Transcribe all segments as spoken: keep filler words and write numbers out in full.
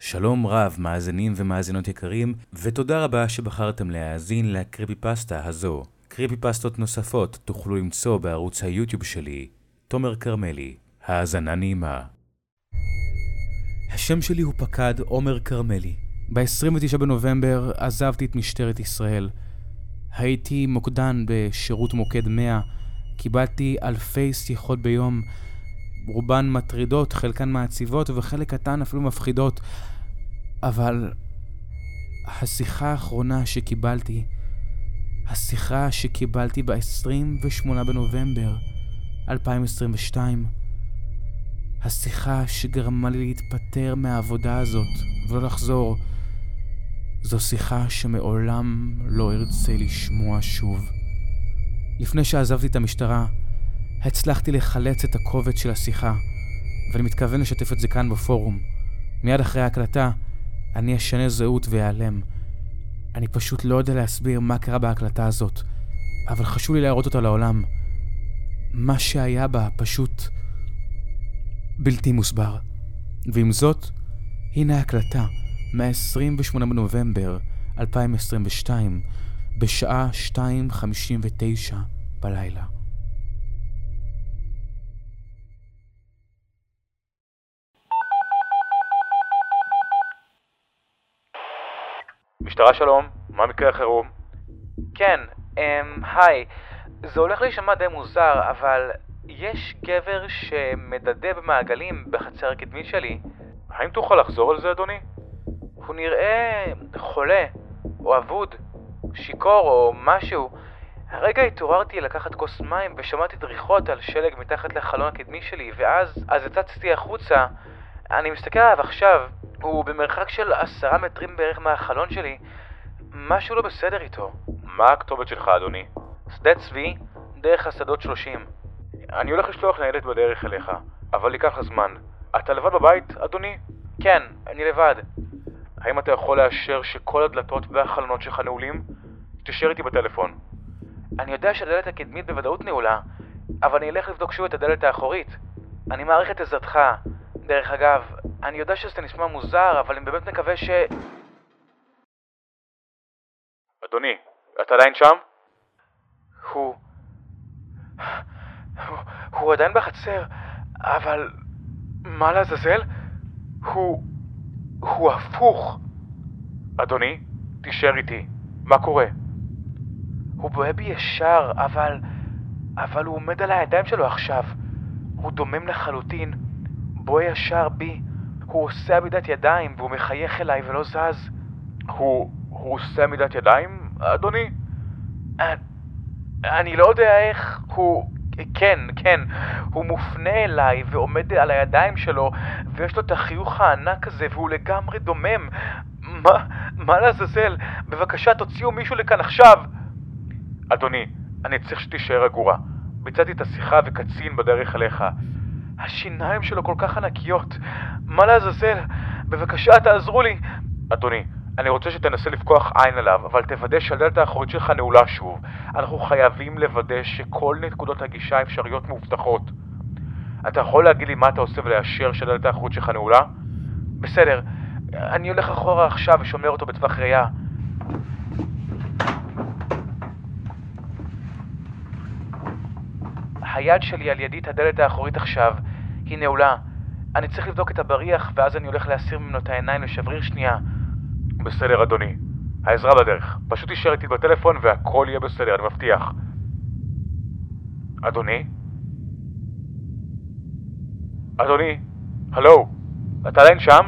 שלום רב מאזינים ומאזינות יקרים, ותודה רבה שבחרתם להאזין לקריפיפסטה הזו. קריפיפסטות נוספות תוכלו למצוא בערוץ היוטיוב שלי, תומר קרמלי. האזנה נעימה. השם שלי הוא פקד עומר קרמלי. ב-עשרים ותשעה בנובמבר עזבתי את משטרת ישראל. הייתי מוקדן בשירות מוקד מאה, קיבלתי אלפי שיחות ביום, רובן מטרידות, חלקן מעציבות וחלק קטן אפילו מפחידות. אבל השיחה האחרונה שקיבלתי, השיחה שקיבלתי ב-עשרים ושמונה בנובמבר אלפיים עשרים ושתיים, השיחה שגרמה לי להתפטר מהעבודה הזאת ולא לחזור, זו שיחה שמעולם לא ארצה לשמוע שוב. לפני שעזבתי את המשטרה, הצלחתי לחלץ את הקובץ של השיחה, ואני מתכוון לשתף את זה כאן בפורום. מיד אחרי ההקלטה, אני אשנה זהות ואעלם. אני פשוט לא יודע להסביר מה קרה בהקלטה הזאת, אבל חשוב לי להראות אותה לעולם. מה שהיה בה פשוט בלתי מוסבר. ועם זאת, הנה ההקלטה מה-עשרים ושמונה בנובמבר אלפיים עשרים ושתיים, בשעה שתיים חמישים ותשע בלילה. משטרה שלום, מה מקרה החירום? כן, אמ, היי, זה הולך להישמע די מוזר, אבל יש גבר שמדדה במעגלים בחצר הקדמית שלי. האם תוכל לחזור על זה, אדוני? הוא נראה חולה, או אבוד, שיקור או משהו. הרגע התעוררתי לקחת כוס מים ושמעתי דריכות על שלג מתחת לחלון הקדמי שלי, ואז אז יצאתי החוצה. אני מסתכל עליו עכשיו, הוא במרחק של עשרה מטרים בערך מהחלון שלי. משהו לא בסדר איתו. מה הכתובת שלך, אדוני? שדה צבי, דרך השדות שלושים. אני הולך לשלוח ניידת בדרך אליך, אבל ייקח הזמן. אתה לבד בבית, אדוני? כן, אני לבד. האם אתה יכול לאשר שכל הדלתות והחלונות שלך נעולים? תשאר איתי בטלפון. אני יודע שהדלת הקדמית בוודאות נעולה, אבל אני אלך לבדוק שוב את הדלת האחורית. אני מעריך את עזרתך. דרך אגב, אני יודע שזה נשמע מוזר, אבל אני באמת מקווה ש... אדוני, אתה עדיין שם? הוא... הוא, הוא עדיין בחצר, אבל... מה לעזאזל? הוא... הוא הפוך. אדוני, תישאר איתי. מה קורה? הוא בוהה בי ישר, אבל... אבל הוא עומד על הידיים שלו עכשיו. הוא דומם לחלוטין. בוהה ישר בי. הוא עושה עמידת ידיים והוא מחייך אליי ולא זז. הוא... הוא עושה עמידת ידיים, אדוני? אני, אני לא יודע איך... הוא... כן, כן. הוא מופנה אליי ועומד על הידיים שלו, ויש לו את החיוך הענק הזה והוא לגמרי דומם. מה... מה לעזאזל? בבקשה תוציאו מישהו לכאן עכשיו. אדוני, אני צריך שתישאר רגורה. ביצעתי את השיחה וקצין בדרך אליך. השיניים שלו כל כך ענקיות. מה לעזאזל? בבקשה תעזרו לי. אדוני, אני רוצה שתנסה לפקוח עין עליו, אבל תוודא שהדלת האחורית שלך נעולה שוב. אנחנו חייבים לוודא שכל נקודות הגישה האפשריות מאובטחות. אתה יכול להגיד לי מה אתה עושה ולאשר שהדלת האחורית שלך נעולה? בסדר, אני הולך אחורה עכשיו ושומר אותו בטווח ראייה. היד שלי על ידית הדלת האחורית עכשיו, היא נעולה. אני צריך לבדוק את הבריח ואז אני הולך להסיר ממנו את העיניים לשבריר שנייה. בסדר אדוני, העזרה בדרך. פשוט תישאר איתי בטלפון והכל יהיה בסדר, אני מבטיח. אדוני? אדוני? הלו? אתה עדיין שם?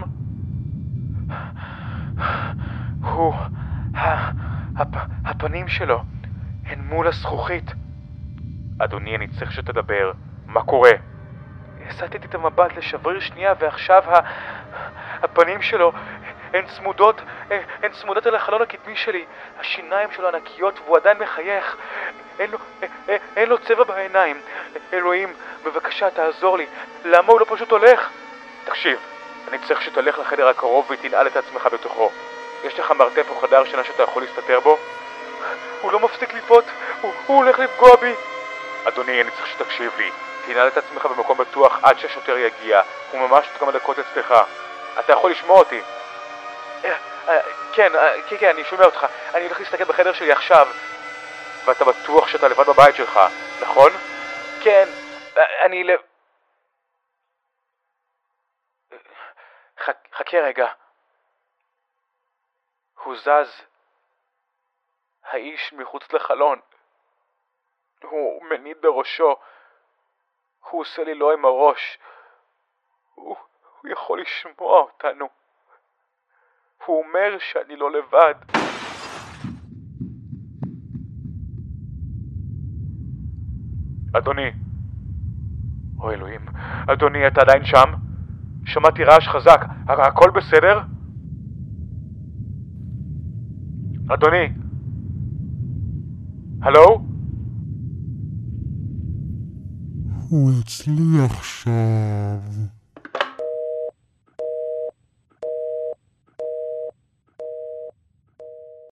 הוא... הפ... הפנים שלו הן מול הזכוכית. אדוני, אני צריך שתדבר. מה קורה? הסעתי את המבט לשבריר שנייה ועכשיו ה... הפנים שלו הן צמודות, הן צמודות על החלון הקדמי שלי. השיניים שלו ענקיות והוא עדיין מחייך. אין לו, אין, אין לו צבע בעיניים. אלוהים, בבקשה תעזור לי. למה הוא לא פשוט הולך? תקשיב, אני צריך שתלך לחדר הקרוב ותנעל את עצמך בתוכו. יש לך מרתף או חדר שינה שאתה יכול להסתתר בו? הוא לא מפסיק לפות, הוא, הוא הולך לפגוע בי. אדוני, אני צריך שתקשיב לי. תנעל את עצמך במקום בטוח עד שהשוטר יגיע. הוא ממש עוד כמה דקות אצלך. אתה יכול לשמוע אותי? כן, כן, כן, אני שומע אותך. אני הולך להסתכל בחדר שלי עכשיו. ואתה בטוח שאתה לבד בבית שלך, נכון? כן, אני ל... חכה רגע. הוא זז. האיש מחוץ לחלון. הוא מניד בראשו. הוא עושה לי לא עם הראש. הוא, הוא יכול לשמוע אותנו. הוא אומר שאני לא לבד. אדוני. אוי אלוהים. אדוני, אתה עדיין שם? שמעתי רעש חזק. הכל בסדר? אדוני. הלו? הוא אצלי עכשיו.